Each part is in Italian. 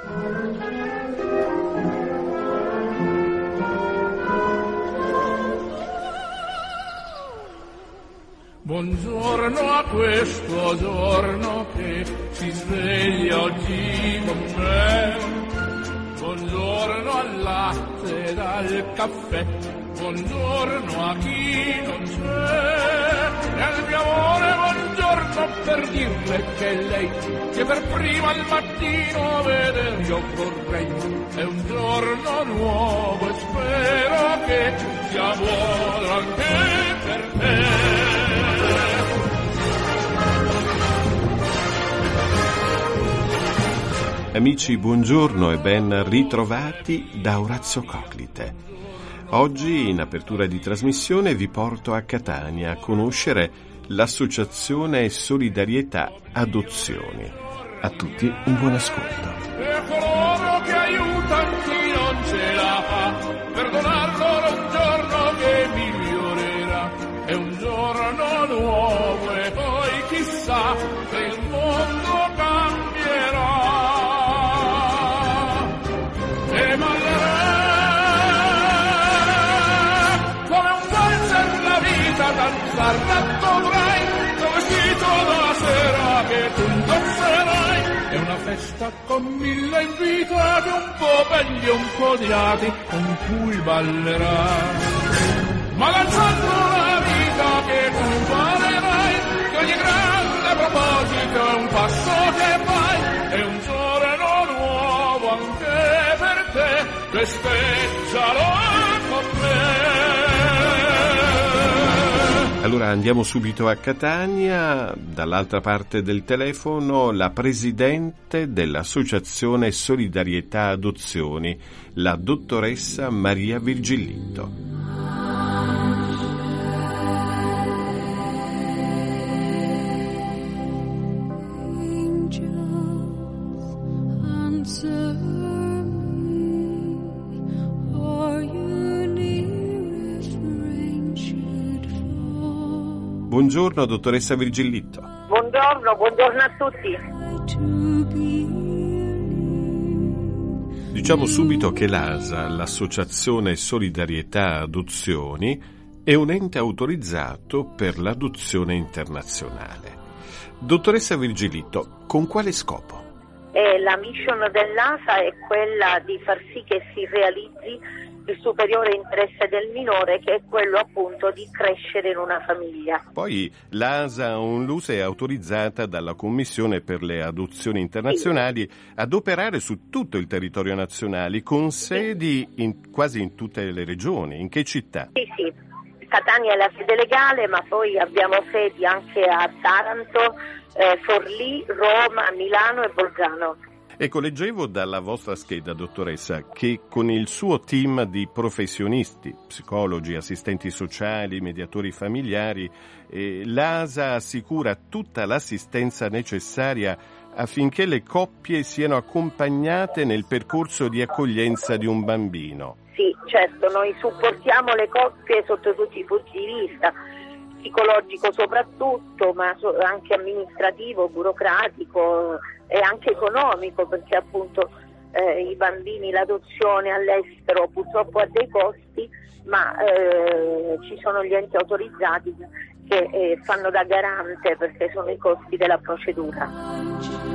Buongiorno a questo giorno che si sveglia oggi con me. Buongiorno al latte e al caffè. Buongiorno a chi non c'è. E al mio amore buongiorno per dirle che lei, che per prima al mattino vedere io vorrei. È un giorno nuovo e spero che sia buono anche per te. Amici, buongiorno e ben ritrovati da Orazio Coclite. Oggi, in apertura di trasmissione, vi porto a Catania a conoscere l'associazione Solidarietà Adozioni. A tutti un buon ascolto. Per coloro che aiutano chi non ce la fa, perdonarlo un giorno che migliorerà. È un giorno nuovo e poi chissà che il mondo cambierà. E ballerà come un valzer la vita, danzar dovrai, vestito da sera che tu indosserai. È una festa con 1000 invitati, un po' belli e un po' odiati, con cui ballerai. Ma lanciando la vita che tu imparerai, che ogni grande proposito è un passo che fai, è un giorno nuovo anche per te, festeggialo con me. Allora andiamo subito a Catania, dall'altra parte del telefono la presidente dell'associazione Solidarietà Adozioni, la dottoressa Maria Virgillitto. Buongiorno dottoressa Virgillitto. Buongiorno a tutti. Diciamo subito che l'ASA, l'Associazione Solidarietà Adozioni, è un ente autorizzato per l'adozione internazionale. Dottoressa Virgillitto, con quale scopo? La mission dell'ASA è quella di far sì che si realizzi il superiore interesse del minore, che è quello appunto di crescere in una famiglia. Poi l'ASA Onlus è autorizzata dalla Commissione per le adozioni internazionali ad operare su tutto il territorio nazionale, con sedi quasi in tutte le regioni. In che città? Sì. Catania è la sede legale, ma poi abbiamo sedi anche a Taranto, Forlì, Roma, Milano e Bolzano. Ecco, leggevo dalla vostra scheda, dottoressa, che con il suo team di professionisti, psicologi, assistenti sociali, mediatori familiari, l'ASA assicura tutta l'assistenza necessaria affinché le coppie siano accompagnate nel percorso di accoglienza di un bambino. Sì, certo, noi supportiamo le coppie sotto tutti i punti di vista, psicologico soprattutto, ma anche amministrativo, burocratico e anche economico, perché appunto i bambini, l'adozione all'estero purtroppo ha dei costi, ma ci sono gli enti autorizzati che fanno da garante, perché sono i costi della procedura.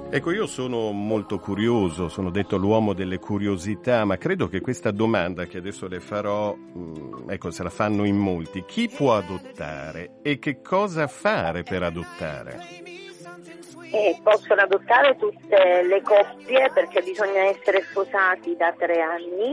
Ecco, io sono molto curioso, sono detto l'uomo delle curiosità, ma credo che questa domanda che adesso le farò, ecco, se la fanno in molti. Chi può adottare e che cosa fare per adottare? Possono adottare tutte le coppie, perché bisogna essere sposati da 3 anni,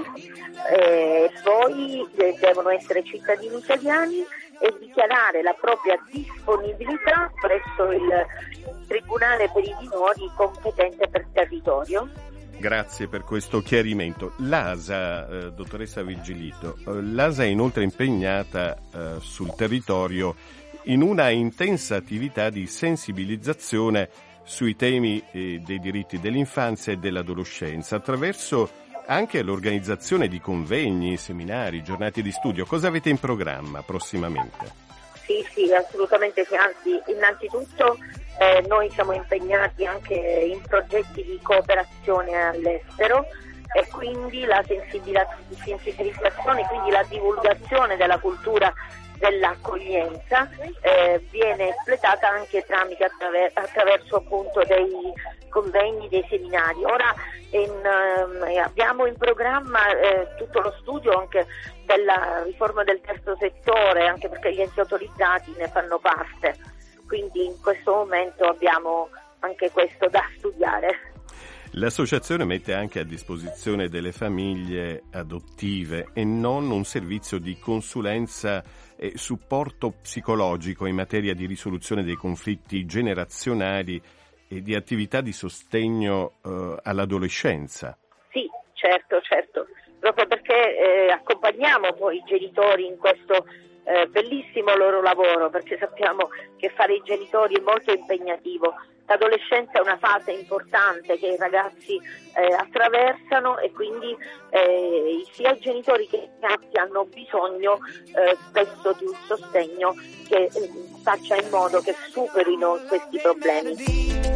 poi devono essere cittadini italiani e dichiarare la propria disponibilità presso il Tribunale per i minori competente per territorio. Grazie per questo chiarimento. L'ASA, dottoressa Virgilito, l'ASA è inoltre impegnata sul territorio in una intensa attività di sensibilizzazione sui temi dei diritti dell'infanzia e dell'adolescenza, attraverso anche l'organizzazione di convegni, seminari, giornate di studio. Cosa avete in programma prossimamente? Sì, assolutamente sì. Anzi, innanzitutto noi siamo impegnati anche in progetti di cooperazione all'estero e quindi la sensibilizzazione, quindi la divulgazione della cultura dell'accoglienza viene espletata anche attraverso appunto dei convegni, dei seminari. Ora abbiamo in programma tutto lo studio anche della riforma del terzo settore, anche perché gli enti autorizzati ne fanno parte, quindi in questo momento abbiamo anche questo da studiare. L'associazione mette anche a disposizione delle famiglie adottive e non un servizio di consulenza e supporto psicologico in materia di risoluzione dei conflitti generazionali e di attività di sostegno all'adolescenza. Sì, certo, proprio perché accompagniamo poi i genitori in questo bellissimo loro lavoro, perché sappiamo che fare i genitori è molto impegnativo. L'adolescenza è una fase importante che i ragazzi attraversano e quindi sia i genitori che i ragazzi hanno bisogno spesso di un sostegno che faccia in modo che superino questi problemi.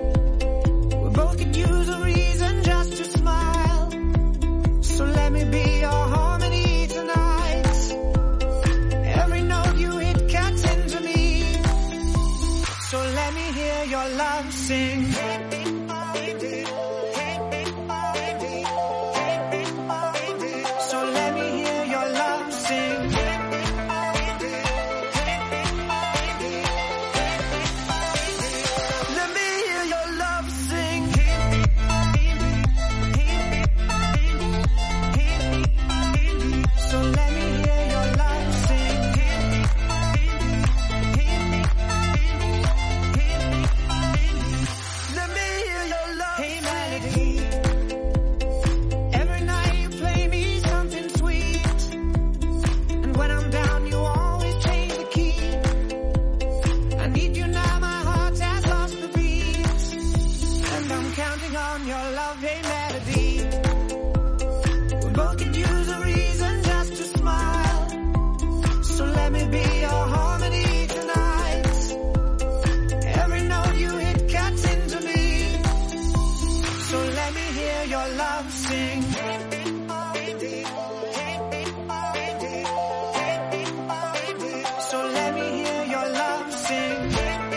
Your love sing. So let me hear your love sing. Let me hear your love sing. So let me hear your love sing. Hey melody, every night you play me something sweet, and when I'm down you always change the key. I need you now, my heart has lost the beat, and I'm counting on your love. Hey melody, we both could use a reason just to smile, so let me be your harmony tonight. Every note you hit cuts into me. So let me hear your love sing. So let me hear your love sing.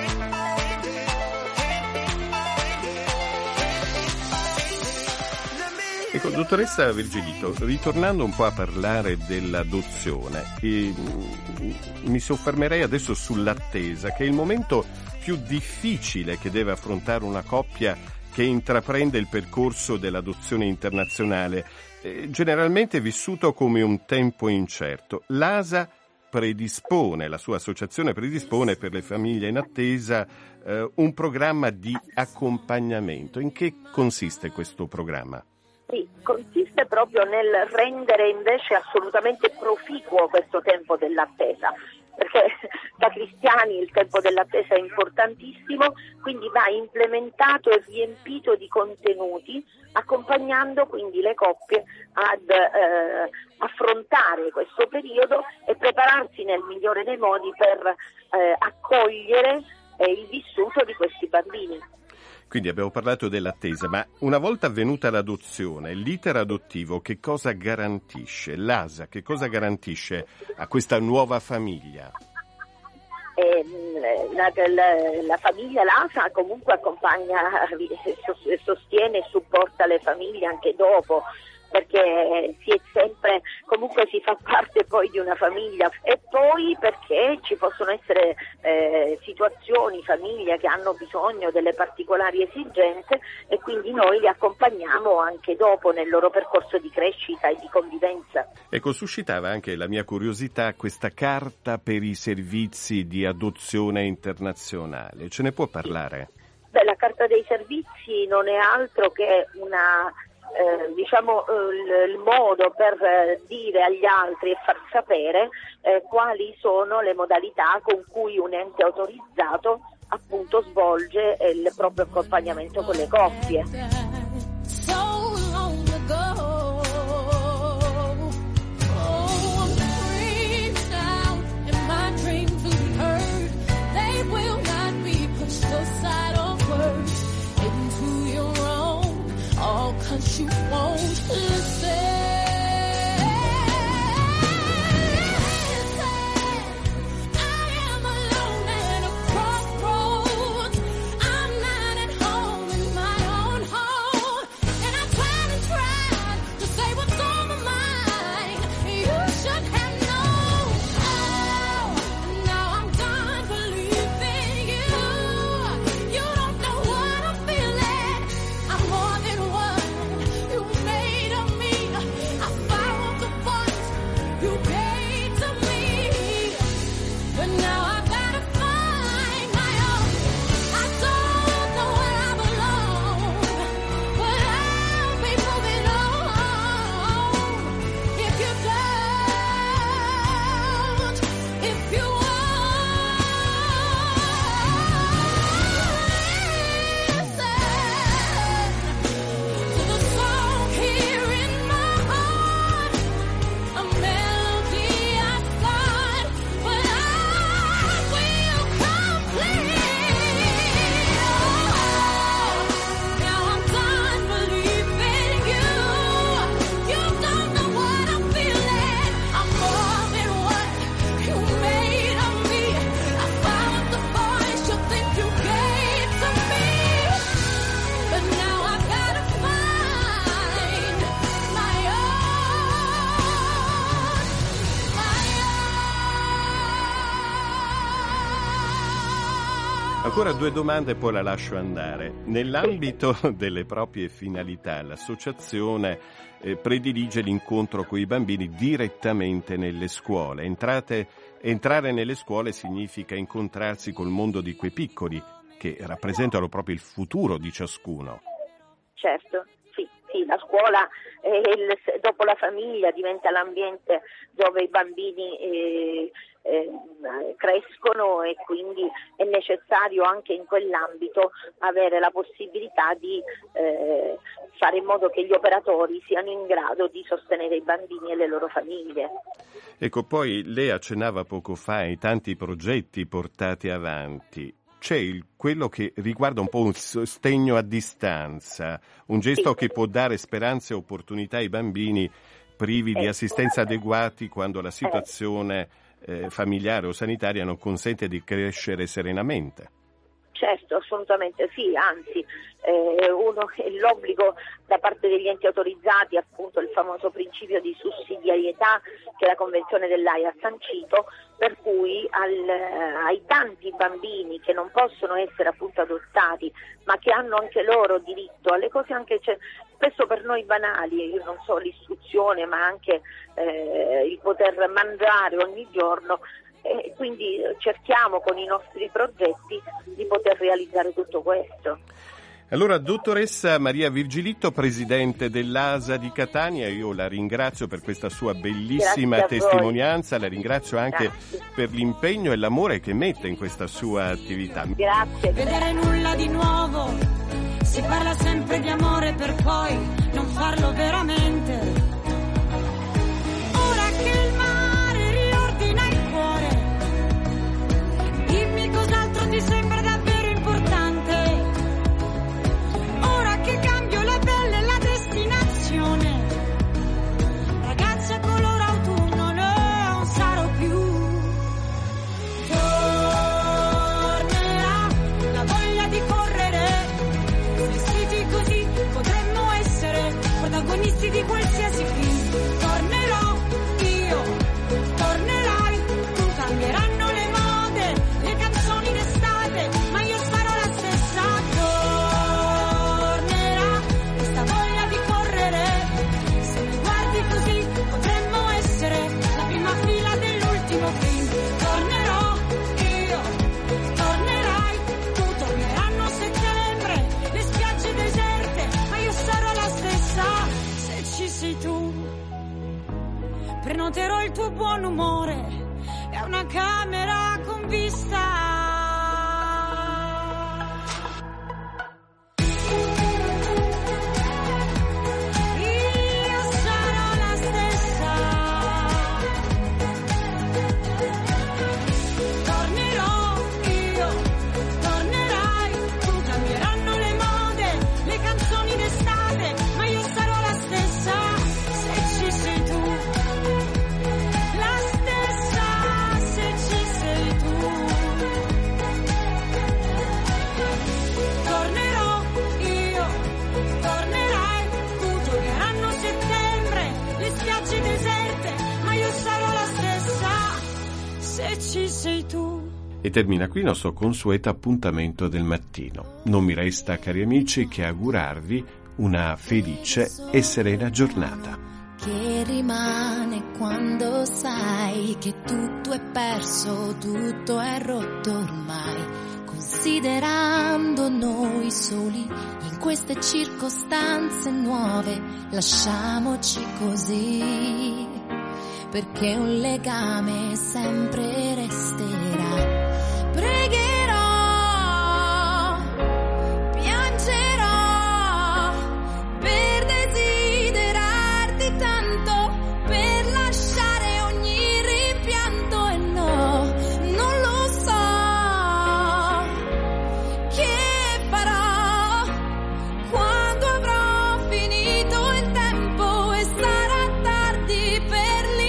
Ecco, dottoressa Virgilito, ritornando un po' a parlare dell'adozione, mi soffermerei adesso sull'attesa, che è il momento più difficile che deve affrontare una coppia che intraprende il percorso dell'adozione internazionale, generalmente vissuto come un tempo incerto. L'ASA predispone, la sua associazione predispone per le famiglie in attesa un programma di accompagnamento. In che consiste questo programma? Sì, consiste proprio nel rendere invece assolutamente proficuo questo tempo dell'attesa, perché da cristiani il tempo dell'attesa è importantissimo, quindi va implementato e riempito di contenuti, accompagnando quindi le coppie ad affrontare questo periodo e prepararsi nel migliore dei modi per accogliere il vissuto di questi bambini. Quindi abbiamo parlato dell'attesa, ma una volta avvenuta l'adozione, l'iter adottivo che cosa garantisce? L'ASA che cosa garantisce a questa nuova famiglia? la famiglia LASA comunque accompagna, sostiene e supporta le famiglie anche dopo, perché comunque si fa parte poi di una famiglia, e poi perché ci possono essere situazioni, famiglie che hanno bisogno delle particolari esigenze, e quindi noi li accompagniamo anche dopo nel loro percorso di crescita e di convivenza. Ecco, suscitava anche la mia curiosità questa carta per i servizi di adozione internazionale. Ce ne può parlare? La carta dei servizi non è altro che il modo per dire agli altri e far sapere quali sono le modalità con cui un ente autorizzato appunto svolge il proprio accompagnamento con le coppie. You won't listen. I am alone at a crossroads. I'm not at home in my own home, and I tried to say what's on my mind. You should have known. Oh, now I'm done believing you. You don't know what I'm feeling. I'm more than one. Ancora 2 domande e poi la lascio andare. Nell'ambito delle proprie finalità, l'associazione predilige l'incontro con i bambini direttamente nelle scuole. Entrare nelle scuole significa incontrarsi col mondo di quei piccoli che rappresentano proprio il futuro di ciascuno. Certo, sì, la scuola dopo la famiglia diventa l'ambiente dove i bambini crescono, e quindi è necessario anche in quell'ambito avere la possibilità di fare in modo che gli operatori siano in grado di sostenere i bambini e le loro famiglie. Ecco, poi lei accennava poco fa ai tanti progetti portati avanti. C'è quello che riguarda un po' un sostegno a distanza, un gesto che può dare speranze e opportunità ai bambini privi di assistenza adeguati quando la situazione familiare o sanitaria non consente di crescere serenamente. Certo, assolutamente sì, anzi l'obbligo da parte degli enti autorizzati, appunto il famoso principio di sussidiarietà che la Convenzione dell'Aia ha sancito, per cui ai tanti bambini che non possono essere appunto adottati, ma che hanno anche loro diritto alle cose anche spesso per noi banali, io non so, l'istruzione, ma anche il poter mangiare ogni giorno. E quindi cerchiamo con i nostri progetti di poter realizzare tutto questo. Allora, dottoressa Maria Virgilitto, presidente dell'ASA di Catania, io la ringrazio per questa sua bellissima testimonianza, la ringrazio anche per l'impegno e l'amore che mette in questa sua attività. Grazie. Vedere nulla di nuovo, si parla sempre di amore per poi non farlo veramente. Ora che il mare riordina il cuore, dimmi cos'altro ti sembra davvero importante. Ora che cambio la pelle e la destinazione, ragazza color autunno non sarò più. prenoterò il tuo buon umore e una camera con vista. Ci sei tu. E termina qui il nostro consueto appuntamento del mattino. Non mi resta, cari amici, che augurarvi una felice e serena giornata. Che rimane quando sai che tutto è perso, tutto è rotto ormai, considerando noi soli in queste circostanze nuove, lasciamoci così. Perché un legame sempre resterà. Pregherò, piangerò per desiderarti tanto, per lasciare ogni rimpianto e no, non lo so che farò quando avrò finito il tempo e sarà tardi per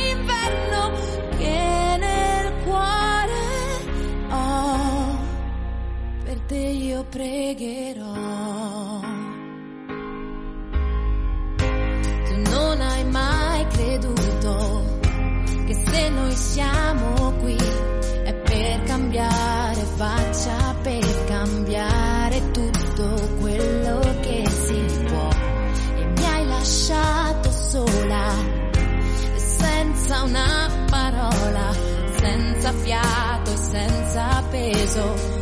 io pregherò. Tu non hai mai creduto che se noi siamo qui è per cambiare faccia, per cambiare tutto quello che si può, e mi hai lasciato sola, senza una parola, senza fiato e senza peso.